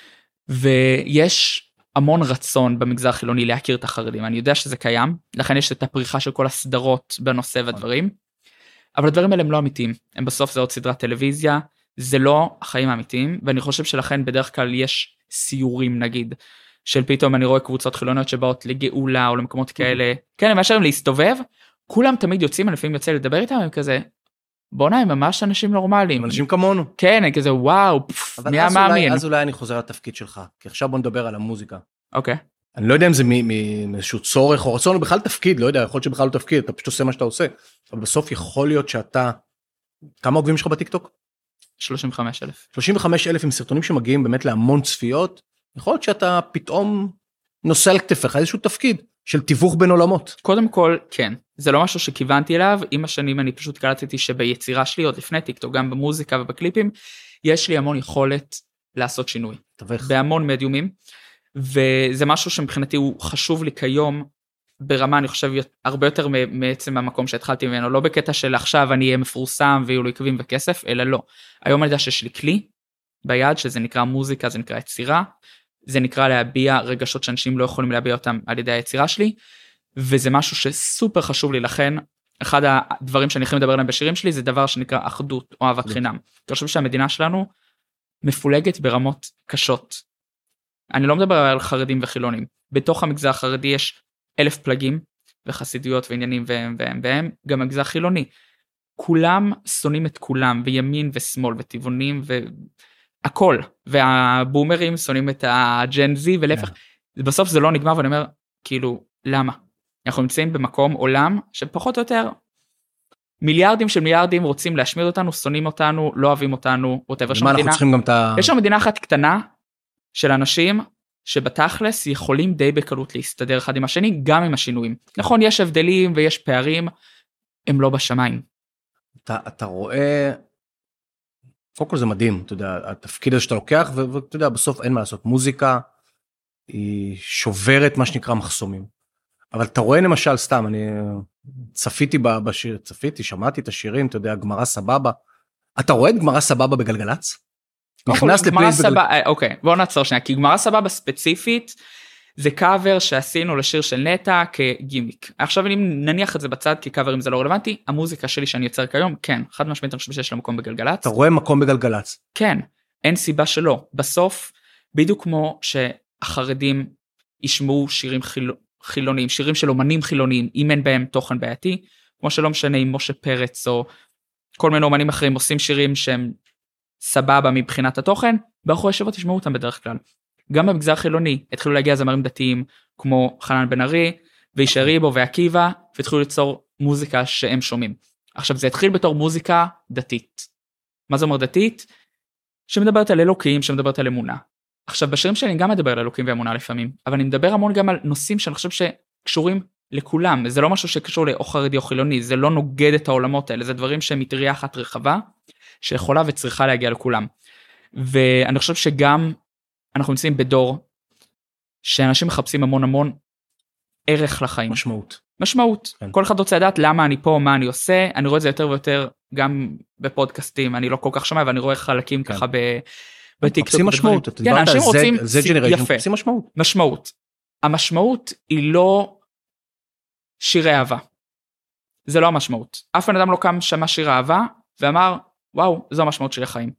ויש המון רצון במגזר החילוני להכיר את החרדים, אני יודע שזה קיים, לכן יש את הפריחה של כל הסדרות בנושא והדברים, אבל הדברים האלה הם לא אמיתיים, הם בסוף זה עוד סדרת טלוויזיה, זה לא החיים האמיתיים, ואני חושב שלכן בדרך כלל יש סיורים נגיד, של פתאום אני רואה קבוצות חילוניות שבאות לגאולה או למקומות כאלה, כן, הם מאשרים להסתובב, כולם תמיד יוצאים, לפעמים יוצא לדבר איתם, הם כזה, בוא'נה, הם ממש אנשים נורמליים. אנשים כמונו. כן, הם כזה, וואו, מי המאמין. אז אולי אני חוזר לתפקיד שלך, כי עכשיו בוא נדבר על המוזיקה. אוקיי. אני לא יודע אם זה מאיזשהו צורך או רצון, או בכלל תפקיד, לא יודע, יכול להיות שבכלל לא תפקיד, אתה פשוט עושה מה שאתה עושה, אבל בסוף יכול להיות שאתה, כמה עוקבים שלך בטיקטוק? שלושים וחמישה אלף. שלושים וחמישה אלף עם סרטונים שמגיעים באמת להמון צפיות, יכול להיות שאתה פתאום נושא על כתפיך איזשהו תפקיד של תיווך בין עולמות. קודם כל, כן. זה לא משהו שכיוונתי אליו, עם השנים אני פשוט קלטתי שביצירה שלי, עוד לפני טיקטוק, גם במוזיקה ובקליפים, יש לי המון יכולת לעשות שינוי. תווך. בהמון מדיומים, וזה משהו שמבחינתי הוא חשוב לי כיום, ברמה אני חושב הרבה יותר מעצם המקום שהתחלתי ממנו, לא בקטע של עכשיו אני אהיה מפורסם ויהיו לו עקבים וכסף, אלא לא. היום אני יודע שיש לי כלי ביד, שזה נקרא מוזיקה, זה נקרא יצירה, זה נקרא להביע רגשות שאנשים לא יכולים להביע אותם על ידי היצירה שלי, וזה משהו שסופר חשוב לי, לכן אחד הדברים שאני יכול לדבר עליהם בשירים שלי, זה דבר שנקרא אחדות או אהבת חינם. אני חושב שהמדינה שלנו מפולגת ברמות קשות. אני לא מדבר על חרדים וחילונים. בתוך המגזר החרדי יש אלף פלגים וחסידויות ועניינים והם והם והם, גם המגזר חילוני. כולם שונאים את כולם, וימין ושמאל וטבעונים והכל, והבומרים שונאים את הג'ן זי ולהפך. בסוף זה לא נגמר ואני אומר, כאילו, למה? אנחנו נמצאים במקום עולם שפחות או יותר מיליארדים של מיליארדים רוצים להשמיד אותנו, שונאים אותנו, לא אוהבים אותנו, ומה אנחנו צריכים גם את ה... יש לנו מדינה אחת קטנה של אנשים שבתכלס יכולים די בקלות להסתדר אחד עם השני, גם עם השינויים. נכון, יש הבדלים ויש פערים, הם לא בשמיים. אתה, אתה רואה, קודם כל זה מדהים, אתה יודע, התפקיד הזה שאתה לוקח, ואתה יודע, בסוף אין מה לעשות, מוזיקה היא שוברת מה שנקרא מחסומים. אבל אתה רואה למשל סתם, אני צפיתי בשיר, צפיתי, שמעתי את השירים, אתה יודע, גמרא סבבה. אתה רואה את גמרא סבבה בגלגלץ? נכנס לפלייס בגלגלץ. אוקיי, בואו נעצור שנייה, כי גמרא סבבה ספציפית, זה קאבר שעשינו לשיר של נטע כגימיק. עכשיו אני נניח את זה בצד, כי קאברים זה לא רלוונטי, המוזיקה שלי שאני יוצר כיום, כן, חד משמעית אני חושב שיש לה מקום בגלגלץ. אתה רואה מקום בגלגלץ? כן, אין סיבה שלא. בסוף, בדיוק כמו שהחרדים ישמעו שירים חילוניים, חילוניים, שירים של אומנים חילוניים, אם אין בהם תוכן בעייתי, כמו שלא משנה אם משה פרץ או כל מיני אומנים אחרים עושים שירים שהם סבבה מבחינת התוכן, באחורי ישיבות תשמעו אותם בדרך כלל. גם במגזר חילוני התחילו להגיע זמרים דתיים כמו חנן בן ארי, וישי ריבו ועקיבא, והתחילו ליצור מוזיקה שהם שומעים. עכשיו זה התחיל בתור מוזיקה דתית. מה זה אומר דתית? שמדברת על אלוקים, שמדברת על אמונה. עכשיו בשירים שלי אני גם מדבר על אלוקים ואמונה לפעמים, אבל אני מדבר המון גם על נושאים שאני חושב שקשורים לכולם, זה לא משהו שקשור לאו חרדי או חילוני, זה לא נוגד את העולמות האלה, זה דברים שהם מטריה אחת רחבה, שיכולה וצריכה להגיע לכולם. ואני חושב שגם אנחנו נמצאים בדור, שאנשים מחפשים המון המון ערך לחיים. משמעות. משמעות. כן. כל אחד רוצה לדעת למה אני פה, מה אני עושה, אני רואה את זה יותר ויותר גם בפודקאסטים, אני לא כל כך שומע, ואני רואה חלקים כן. ככה ב... מחפשים משמעות, אתה דיברת על זה ג'נריישן, מחפשים משמעות. משמעות. המשמעות היא לא שירי אהבה. זה לא המשמעות. אף אדם לא קם שמע שיר אהבה, ואמר, וואו, זו המשמעות של החיים.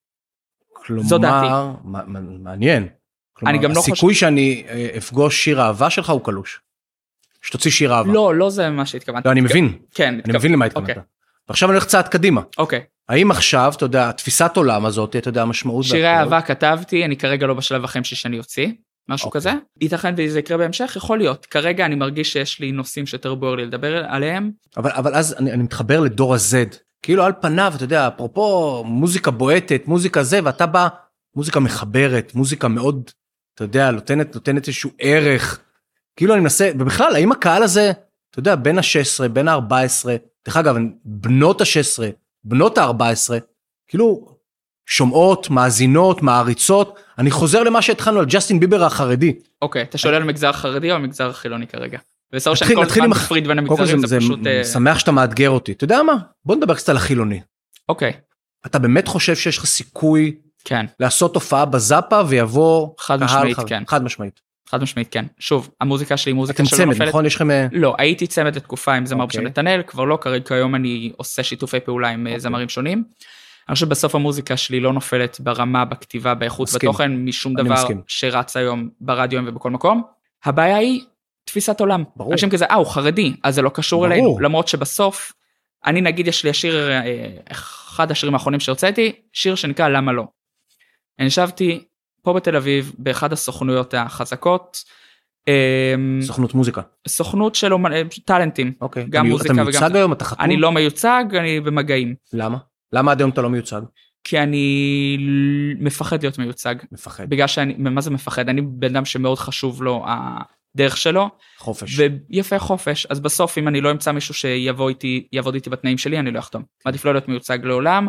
זו דעתי. כלומר, מעניין. הסיכוי שאני אפגוש שיר אהבה שלך הוא קלוש. שתוציא שיר אהבה. לא, לא זה מה שהתכוונתי. לא, אני מבין. כן. אני מבין למה התכוונת. ועכשיו אני הולך צעד קדימה. אוקיי. האם עכשיו, אתה יודע, תפיסת עולם הזאת, אתה יודע, המשמעות... שירי אהבה כתבתי, אני כרגע לא בשלב החיים שאני יוציא, משהו כזה. ייתכן וזה יקרה בהמשך, יכול להיות. כרגע אני מרגיש שיש לי נושאים שיותר בוער לי לדבר עליהם. אבל אז אני מתחבר לדור ה-Z. כאילו על פניו, אתה יודע, אפרופו מוזיקה בועטת, מוזיקה זה, ואתה בא, מוזיקה מחברת, מוזיקה מאוד, אתה יודע, נותנת, נותנת איזשהו ערך. כאילו אני מנסה, ובכלל, האם הקהל הזה, אתה יודע, בין ה-שש עשרה, בין ה-ארבע עשרה, דרך אגב, בנות ה-שש עשרה, בנות ה-ארבע עשרה, כאילו, שומעות, מאזינות, מעריצות, אני חוזר למה שהתחלנו על ג'סטין ביבר החרדי. אוקיי, אתה שואל על מגזר חרדי או מגזר חילוני כרגע? וסור שאני כל הזמן מפריד בין המגזרים, זה פשוט... שמח שאתה מאתגר אותי. אתה יודע מה? בוא נדבר קצת על החילוני. אוקיי. אתה באמת חושב שיש לך סיכוי כן. לעשות הופעה בזאפה ויבוא חד משמעית, כן. חד משמעית. חד משמעית, כן. שוב, המוזיקה שלי היא מוזיקה שלא נופלת. אתם צמד, נכון? יש לכם... לא, הייתי צמד לתקופה עם זמר בשם נתנאל, כבר לא, כרגע היום אני עושה שיתופי פעולה עם זמרים שונים. אני חושב בסוף המוזיקה שלי לא נופלת ברמה, בכתיבה, באיכות, בתוכן, משום דבר שרץ היום ברדיו ובכל מקום. הבעיה היא תפיסת עולם. ברור. אנשים כזה, אה, הוא חרדי, אז זה לא קשור ברור. אלינו, למרות שבסוף, אני נגיד, יש לי השיר, אחד השירים האחרונים שהוצאתי, שיר שנקרא למה לא. אני ישבתי פה בתל אביב, באחד הסוכנויות החזקות. סוכנות מוזיקה. סוכנות של טלנטים. אוקיי. גם מוזיקה וגם... אתה מיוצג היום, אתה חתום? אני לא מיוצג, אני במגעים. למה? למה עד היום אתה לא מיוצג? כי אני מפחד להיות מיוצג. מפחד. בגלל שאני, מה זה מפחד? אני בן אדם שמאוד חשוב לו הדרך שלו. חופש. ויפה חופש. אז בסוף, אם אני לא אמצא מישהו שיבוא איתי, יעבוד איתי בתנאים שלי, אני לא אחתום. מעדיף לא להיות מיוצג לעולם.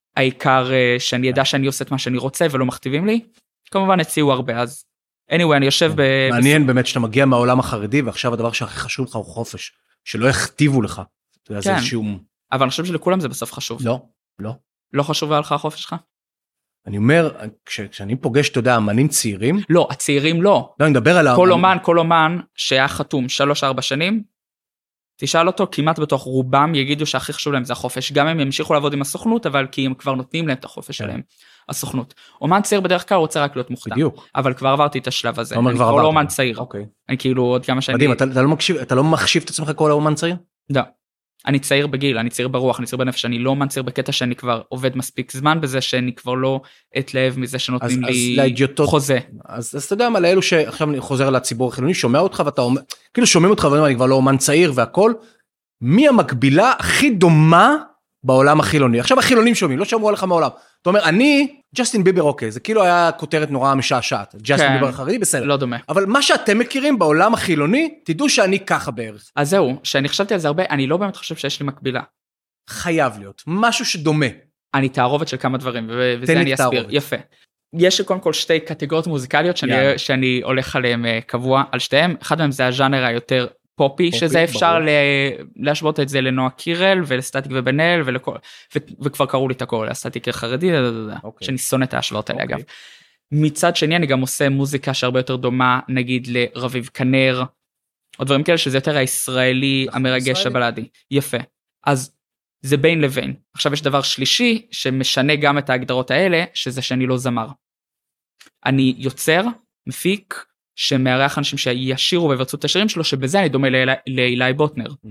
העיקר שאני ידע שאני עושה את מה שאני רוצה ולא מכתיבים לי. כמובן הציעו הרבה, אז anyway, אני יושב ב... מעניין באמת שאתה מגיע מהעולם החרדי, ועכשיו הדבר שהכי חשוב לך הוא חופש. שלא יכתיבו לך. כן. אבל אני חושב שלכולם זה בסוף חשוב. לא, לא. לא חשוב לך החופש שלך? אני אומר, כש, כשאני פוגש, אתה יודע, אמנים צעירים... לא, הצעירים לא. לא, אני מדבר על... כל אומן, כל אומן שהיה חתום שלוש ארבע שנים, תשאל אותו, כמעט בתוך רובם יגידו שהכי חשוב להם זה החופש. גם הם ימשיכו לעבוד עם הסוכנות, אבל כי הם כבר נותנים להם את החופש שלהם, הסוכנות. אומן צעיר בדרך כלל רוצה רק להיות מוכתר. בדיוק. אבל כבר עברתי את השלב הזה. אני כבר לא אומן צעיר. אוקיי. אני כאילו עוד כמה שאני... מדהים, אתה, אתה לא מקשיב, אתה לא מחשיב את עצמך כל האומן צעיר? לא. אני צעיר בגיל, אני צעיר ברוח, אני צעיר בנפש, אני לא אומן צעיר בקטע שאני כבר עובד מספיק זמן בזה, שאני כבר לא אתלהב מזה שנותנים אז, לי אז להגיותות, חוזה. אז, אז אתה יודע מה, לאלו שעכשיו אני חוזר לציבור החילוני, שומע אותך ואתה אומר, כאילו שומעים אותך ואומרים, אני כבר לא אומן צעיר והכל, מי המקבילה הכי דומה בעולם החילוני? עכשיו החילונים שומעים, לא שמעו עליך מעולם. אתה אומר, אני, ג'סטין ביבר, אוקיי, זה כאילו היה כותרת נורא משעשעת, ג'סטין ביבר החרדי, בסדר. לא דומה. אבל מה שאתם מכירים בעולם החילוני, תדעו שאני ככה בערך. אז זהו, שאני חשבתי על זה הרבה, אני לא באמת חושב שיש לי מקבילה. חייב להיות, משהו שדומה. אני תערובת של כמה דברים, וזה אני אסביר. יפה. יש קודם כל שתי קטגוריות מוזיקליות שאני, שאני הולך עליהן קבוע על שתיהם. אחד מהם זה הז'אנר היותר פופי, שזה אפשר להשוות את זה לנועה קירל ולסטטיק ובן אל, וכבר קראו לי את הכל, הסטטיק החרדי, שאני שונא את ההשוואות האלה אגב. מצד שני אני גם עושה מוזיקה שהרבה יותר דומה, נגיד לרביב כנר, או דברים כאלה שזה יותר הישראלי המרגש הבלדי. יפה. אז זה בין לבין. עכשיו יש דבר שלישי שמשנה גם את ההגדרות האלה, שזה שאני לא זמר. אני יוצר, מפיק, שמארח אנשים שישירו ויבצעו את השירים שלו, שבזה אני דומה לאילי בוטנר. Mm.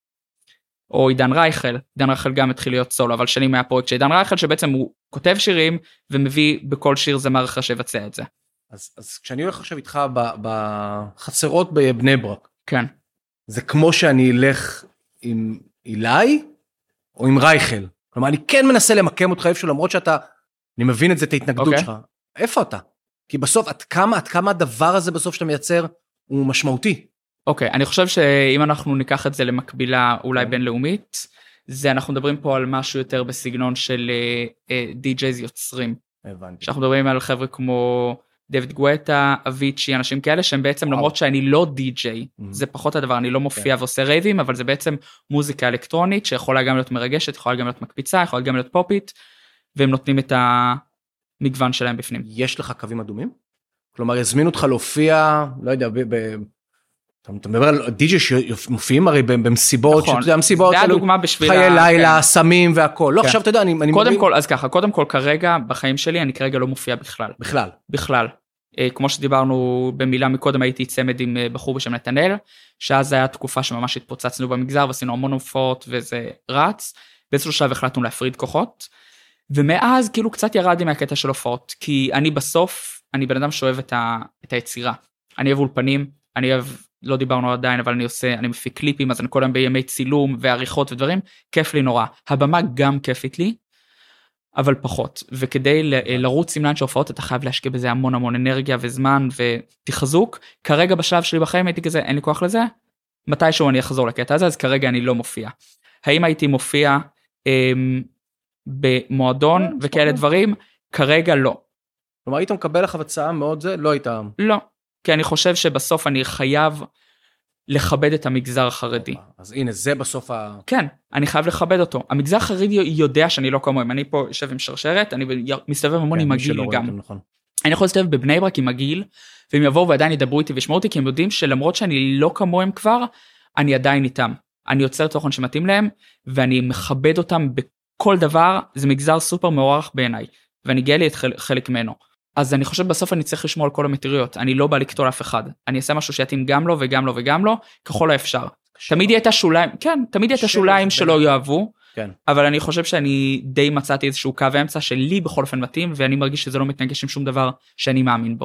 או עידן רייכל, עידן רייכל גם התחיל להיות סולו, אבל שנים היה פרויקט שעידן רייכל, שבעצם הוא כותב שירים, ומביא בכל שיר זמר אחר שיבצע את זה. אז, אז כשאני הולך עכשיו איתך בחצרות בבני ברק, כן. זה כמו שאני אלך עם אילי, או עם רייכל. כלומר, אני כן מנסה למקם אותך איפשהו, למרות שאתה, אני מבין את זה, את ההתנגדות okay. שלך. איפה אתה? כי בסוף, עד כמה, עד כמה הדבר הזה בסוף שאתה מייצר, הוא משמעותי. אוקיי, okay, אני חושב שאם אנחנו ניקח את זה למקבילה אולי okay. בינלאומית, זה אנחנו מדברים פה על משהו יותר בסגנון של די-ג'ייז יוצרים. הבנתי. שאנחנו מדברים על חבר'ה כמו דויד גואטה, אביצ'י, אנשים כאלה שהם בעצם, למרות שאני לא די-ג'יי, זה פחות הדבר, אני לא מופיע ועושה רייבים, אבל זה בעצם מוזיקה אלקטרונית, שיכולה גם להיות מרגשת, יכולה גם להיות מקפיצה, יכולה גם להיות פופית, והם נותנים את המגוון שלהם בפנים. יש לך קווים אדומים? כלומר, יזמינו אותך להופיע, לא יודע, אתה מדבר על די-ג'יי שמופיעים הרי במסיבות, נכון, זה המסיבות, זה הדוגמה בשביל... חיי לילה, סמים והכל. לא, עכשיו אתה יודע, אני... קודם כל, אז ככה, קודם כל כרגע, בחיים שלי, אני כרגע לא מופיע בכלל. בכלל? בכלל. כמו שדיברנו במילה מקודם, הייתי צמד עם בחור בשם נתנאל, שאז היה תקופה שממש התפוצצנו במגזר, ועשינו המון הופעות, וזה רץ. באיזשהו שלב החלטנו להפריד כוחות, ומאז כאילו קצת ירדתי מהקטע של הופעות, כי אני בסוף, אני בן אדם שאוהב את, ה, את היצירה. אני אוהב אולפנים, אני אוהב, לא דיברנו עדיין, אבל אני עושה, אני מפיק קליפים, אז אני כל היום בימי צילום ועריכות ודברים, כיף לי נורא. הבמה גם כיפית לי, אבל פחות. וכדי ל, לרוץ עם לאן שהופעות, אתה חייב להשקיע בזה המון המון אנרגיה וזמן ותחזוק. כרגע בשלב שלי בחיים הייתי כזה, אין לי כוח לזה, מתישהו אני אחזור לקטע הזה, אז כרגע אני לא מופיע. האם הייתי מופיע אמ, במועדון וכאלה דברים? כרגע לא. כלומר, היית מקבל לך הצעה מאוד זה? לא היית... לא. כי אני חושב שבסוף אני חייב לכבד את המגזר החרדי. אז הנה, זה בסוף ה... כן, אני חייב לכבד אותו. המגזר החרדי יודע שאני לא כמוהם. אני פה יושב עם שרשרת, אני מסתובב המון עם הגיל גם. אני יכול להסתובב בבני ברק עם הגיל, והם יבואו ועדיין ידברו איתי וישמעו אותי, כי הם יודעים שלמרות שאני לא כמוהם כבר, אני עדיין איתם. אני יוצר תוכן שמתאים להם, ואני מכבד אותם בכל דבר. זה מגזר סופר מעורך בעיניי, ואני גאה לי את חלק ממנו. אז אני חושב בסוף אני צריך לשמור על כל המטריות, אני לא בא לקטול אף אחד, אני אעשה משהו שיתאים גם לו וגם לו וגם לו, ככל האפשר. תמיד יהיה את השוליים, כן, תמיד יהיה את השוליים שלא יאהבו, אבל אני חושב שאני די מצאתי איזשהו קו האמצע שלי בכל אופן מתאים, ואני מרגיש שזה לא מתנגש עם שום דבר שאני מאמין בו.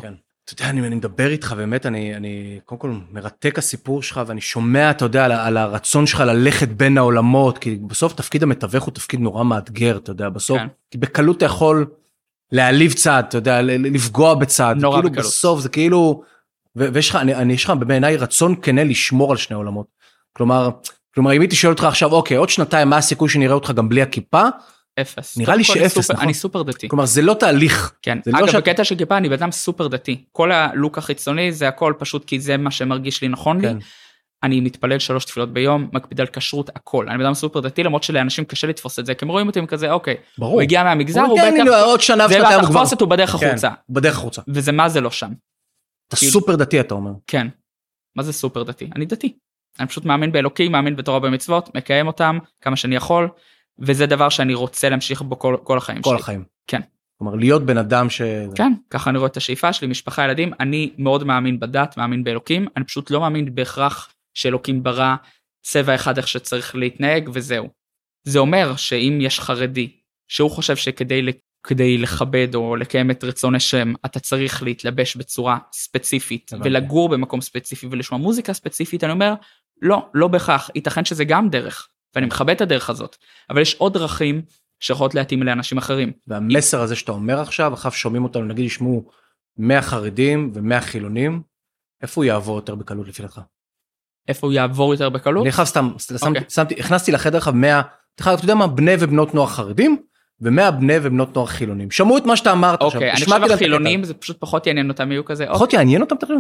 אתה יודע, אני, אני מדבר איתך, באמת, אני, אני, קודם כל, מרתק הסיפור שלך, ואני שומע, אתה יודע, על, על הרצון שלך ללכת בין העולמות, כי בסוף תפקיד המתווך הוא תפקיד נורא מאתגר, אתה יודע, בסוף, כן. כי בקלות אתה יכול להעליב צד, אתה יודע, לפגוע בצד, נורא כאילו בקלות. בסוף זה כאילו, ו- ויש לך, אני, אני, יש לך בעיניי רצון כנה לשמור על שני עולמות. כלומר, כלומר, אם הייתי שואל אותך עכשיו, אוקיי, עוד שנתיים, מה הסיכוי שנראה אותך גם בלי הכיפה? אפס. נראה לי שאפס, סופר, נכון? אני סופר דתי. כלומר, זה לא תהליך. כן, זה אגב, לא שאת... בקטע של כיפה, אני בן אדם סופר דתי. כל הלוק החיצוני זה הכל פשוט כי זה מה שמרגיש לי נכון כן. לי. אני מתפלל שלוש תפילות ביום, מקפיד על כשרות, הכל. אני בן אדם סופר דתי, למרות שלאנשים קשה לתפוס את זה, כי הם רואים אותי כזה, אוקיי, ברור. הוא הגיע מהמגזר, הוא, הוא בטח... הנה, עוד שנה זה בטח תפוס הוא בדרך כן, החוצה. בדרך החוצה. וזה מה זה לא שם. אתה כאילו... סופר דתי, אתה אומר. כן. מה זה סופר דתי? אני דתי. אני פשוט מאמין באלוקים, מאמין בתורה ובמצוות, מקיים אותם כמה שאני יכול, וזה דבר שאני רוצה להמשיך בו כל, כל החיים כל שלי. כל החיים. כן. כלומר, להיות בן אדם ש... כן, ככה אני רואה את השאיפה שלי, משפחה, ילדים, אני מאוד מאמין בדת, מאמין באלוקים, אני פשוט לא מאמין בהכרח שאלוקים ברא צבע אחד איך שצריך להתנהג, וזהו. זה אומר שאם יש חרדי, שהוא חושב שכדי כדי לכבד או לקיים את רצון השם, אתה צריך להתלבש בצורה ספציפית, ולגור במקום ספציפי, ולשמוע מוזיקה ספציפית, אני אומר, לא, לא בכך, ייתכן שזה גם דרך, ואני מכבד את הדרך הזאת, אבל יש עוד דרכים שיכולות להתאים לאנשים אחרים. והמסר הזה שאתה אומר עכשיו, אחר שומעים אותנו, נגיד ישמעו מאה חרדים ומאה חילונים, איפה הוא יעבור יותר בקלות לפי דעתך? איפה הוא יעבור יותר בקלות? אני חייב סתם, שמתי, הכנסתי לחדר לך מאה, אתה יודע מה, בני ובנות נוער חרדים, ומאה בני ובנות נוער חילונים. שמעו את מה שאתה אמרת עכשיו. אוקיי, אני חושב החילונים זה פשוט פחות יעניין אותם, יהיו כזה... פחות יעניין אותם תחילון?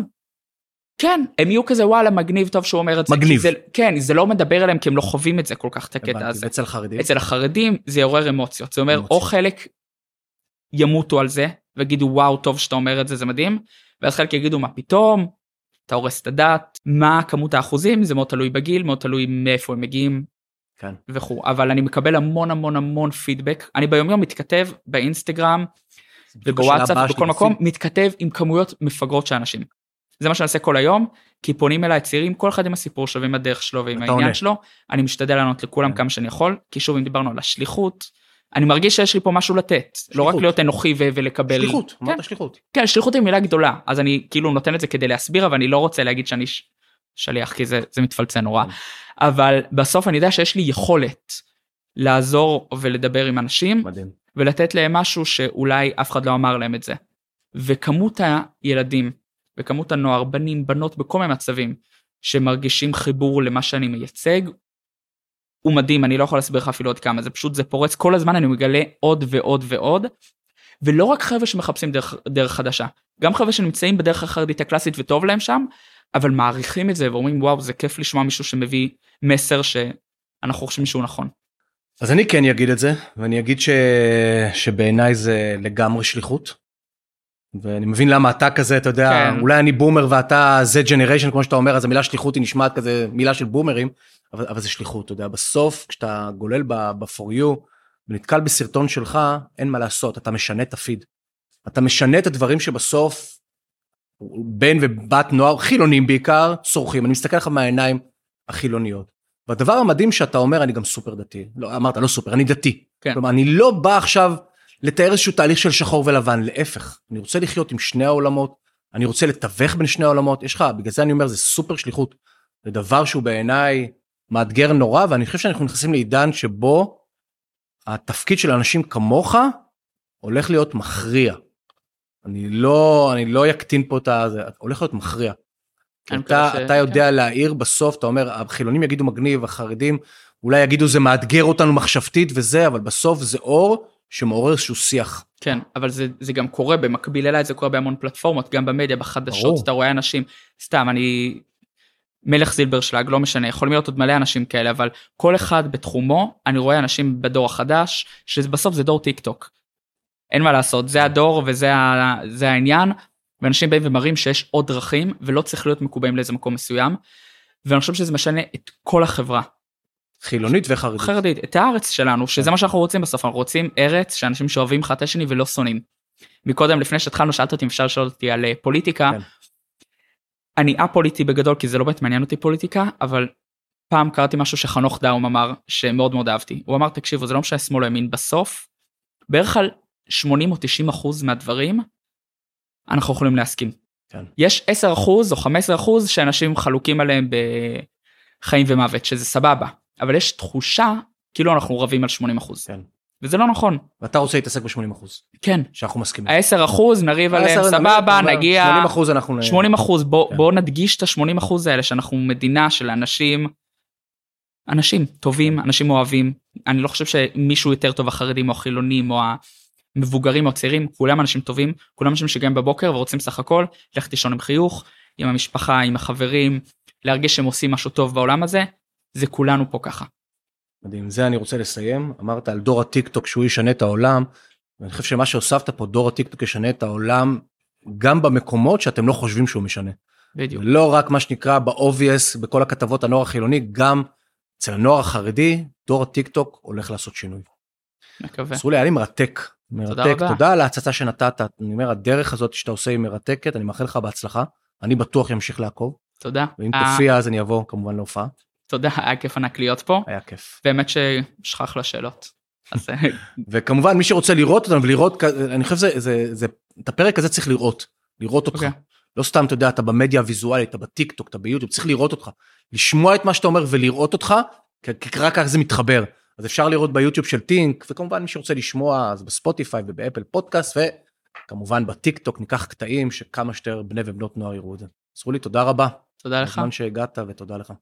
כן, הם יהיו כזה וואלה מגניב טוב שהוא אומר את זה. מגניב. כן, זה לא מדבר אליהם כי הם לא חווים את זה כל כך את הקטע הזה. אצל החרדים? אצל החרדים זה יעורר אמוציות. זה אומר או חלק ימותו על זה ויגידו וואו טוב שאתה אומר את זה, זה מדהים. ואז חלק יגידו מה פתאום, אתה הורס את הדת, מה כמות האחוזים, זה מאוד תלוי בגיל, מאוד תלוי מאיפה הם מגיעים. כן. וכו'. אבל אני מקבל המון המון המון פידבק. אני ביום יום מתכתב באינסטגרם ובוואטסאפ ובכל מקום, מתכתב עם כמויות מפגרות של אנשים. זה מה שאני עושה כל היום, כי פונים אליי צעירים, כל אחד עם הסיפור שלו ועם הדרך שלו ועם העניין עונה. שלו, אני משתדל לענות לכולם כן. כמה שאני יכול, כי שוב אם דיברנו על השליחות, אני מרגיש שיש לי פה משהו לתת, שליחות. לא רק להיות אנוכי ו- ולקבל... שליחות, כן. אמרת שליחות. כן, שליחות היא מילה גדולה, אז אני כאילו נותן את זה כדי להסביר, אבל אני לא רוצה להגיד שאני ש... שליח, כי זה, זה מתפלצה נורא. אבל בסוף אני יודע שיש לי יכולת לעזור ולדבר עם אנשים, מדהים. ולתת להם משהו שאולי אף אחד לא אמר להם את זה. וכמות הילדים, וכמות הנוער, בנים, בנות, בכל מיני מצבים, שמרגישים חיבור למה שאני מייצג, הוא מדהים, אני לא יכול להסביר לך אפילו עוד כמה, זה פשוט, זה פורץ, כל הזמן אני מגלה עוד ועוד ועוד, ולא רק חבר'ה שמחפשים דרך, דרך חדשה, גם חבר'ה שנמצאים בדרך החרדית הקלאסית וטוב להם שם, אבל מעריכים את זה ואומרים, וואו, זה כיף לשמוע מישהו שמביא מסר שאנחנו חושבים שהוא נכון. אז אני כן אגיד את זה, ואני אגיד ש... שבעיניי זה לגמרי שליחות, ואני מבין למה אתה כזה, אתה יודע, כן. אולי אני בומר ואתה Z generation, כמו שאתה אומר, אז המילה שליחות היא נשמעת כזה מילה של בומרים, אבל, אבל זה שליחות, אתה יודע, בסוף, כשאתה גולל ב-for you, ונתקל בסרטון שלך, אין מה לעשות, אתה משנה את הפיד. אתה משנה את הדברים שבסוף, בן ובת נוער, חילונים בעיקר, צורכים, אני מסתכל לך מהעיניים החילוניות. והדבר המדהים שאתה אומר, אני גם סופר דתי, לא, אמרת, לא סופר, אני דתי. כן. כלומר, אני לא בא עכשיו לתאר איזשהו תהליך של שחור ולבן, להפך. אני רוצה לחיות עם שני העולמות, אני רוצה לתווך בין שני העולמות, יש לך, בגלל זה אני אומר, זה סופר שליחות. זה דבר שהוא בעיניי מאתגר נורא, ואני חושב שאנחנו נכנסים לעידן שבו התפקיד של אנשים כמוך הולך להיות מכריע. אני לא, אני לא יקטין פה את זה, הולך להיות מכריע. אתה, ש... אתה יודע כן. להעיר בסוף, אתה אומר, החילונים יגידו מגניב, החרדים אולי יגידו זה מאתגר אותנו מחשבתית וזה, אבל בסוף זה אור שמעורר איזשהו שיח. כן, אבל זה, זה גם קורה, במקביל אליי זה קורה בהמון פלטפורמות, גם במדיה, בחדשות, ברור. אתה רואה אנשים, סתם, אני מלך זילברשלג, לא משנה, יכולים להיות עוד מלא אנשים כאלה, אבל כל אחד בתחומו, אני רואה אנשים בדור החדש, שבסוף זה דור טיק טוק. אין מה לעשות, זה הדור וזה ה, זה העניין, ואנשים באים ומראים שיש עוד דרכים, ולא צריך להיות מקובעים לאיזה מקום מסוים, ואני חושב שזה משנה את כל החברה. חילונית וחרדית. חרדית, את הארץ שלנו, שזה מה שאנחנו רוצים בסוף, אנחנו רוצים ארץ שאנשים שאוהבים אחד את השני ולא שונאים. מקודם, לפני שהתחלנו, שאלת אותי, אפשר לשאול אותי על פוליטיקה, כן. אני א-פוליטי בגדול, כי זה לא באמת מעניין אותי פוליטיקה, אבל פעם קראתי משהו שחנוך דאום אמר, שמאוד מאוד אהבתי. הוא אמר, תקשיבו, זה לא משנה שמאל או ימין, בסוף, בערך על שמונים או תשעים אחוז מהדברים, אנחנו יכולים להסכים. כן. יש עשרה אחוז או חמישה עשר אחוז שאנשים חלוקים עליהם בחיים ומוות, שזה סבבה, אבל יש תחושה כאילו אנחנו רבים על שמונים אחוז. כן. וזה לא נכון. ואתה רוצה להתעסק ב-שמונים אחוז. כן. שאנחנו מסכימים. ה-עשר אחוז נריב עליהם, סבבה, נגיע... שמונים אחוז אנחנו... שמונים אחוז, בוא, בוא נדגיש את ה-שמונים אחוז האלה, שאנחנו מדינה של אנשים, אנשים טובים, אנשים אוהבים. אני לא חושב שמישהו יותר טוב, החרדים או החילונים, או המבוגרים או הצעירים, כולם אנשים טובים, כולם אנשים שגם בבוקר ורוצים סך הכל, ללכת לישון עם חיוך, עם המשפחה, עם החברים, להרגיש שהם עושים משהו טוב בעולם הזה, זה כולנו פה ככה. מדהים, זה אני רוצה לסיים. אמרת על דור הטיקטוק שהוא ישנה את העולם, ואני חושב שמה שהוספת פה, דור הטיקטוק ישנה את העולם, גם במקומות שאתם לא חושבים שהוא משנה. בדיוק. לא רק מה שנקרא ב-obvious, בכל הכתבות הנוער החילוני, גם אצל הנוער החרדי, דור הטיקטוק הולך לעשות שינוי. מקווה. עשו לי, היה לי מרתק. מרתק. תודה רבה. תודה על ההצצה שנתת. אני אומר, הדרך הזאת שאתה עושה היא מרתקת, אני מאחל לך בהצלחה. אני בטוח ימשיך לעקוב. תודה. ואם תופיע אז אני אבוא כמובן להופעה. תודה, היה כיף ענק להיות פה. היה כיף. באמת ששכח לשאלות. וכמובן מי שרוצה לראות אותנו ולראות, אני חושב זה, זה, זה, את הפרק הזה צריך לראות, לראות אותך. Okay. לא סתם, אתה יודע, אתה במדיה הוויזואלית, אתה בטיקטוק, אתה ביוטיוב, צריך לראות אותך. לשמוע את מה שאתה אומר ולראות אותך, כי רק כך זה מתחבר. אז אפשר לראות ביוטיוב של טינק, וכמובן מי שרוצה לשמוע, אז בספוטיפיי ובאפל פודקאסט, וכמובן בטיקטוק ניקח קטעים שכמה שיותר בני ובנות נוער יראו את זה. עשו לי, תודה רבה. תודה לך. בזמן שהגעת ותודה לך.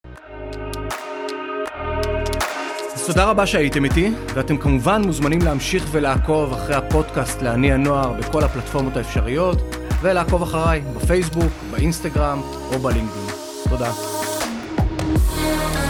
אז תודה רבה שהייתם איתי, ואתם כמובן מוזמנים להמשיך ולעקוב אחרי הפודקאסט לעני הנוער בכל הפלטפורמות האפשריות, ולעקוב אחריי בפייסבוק, באינסטגרם או בלינקדאין. תודה.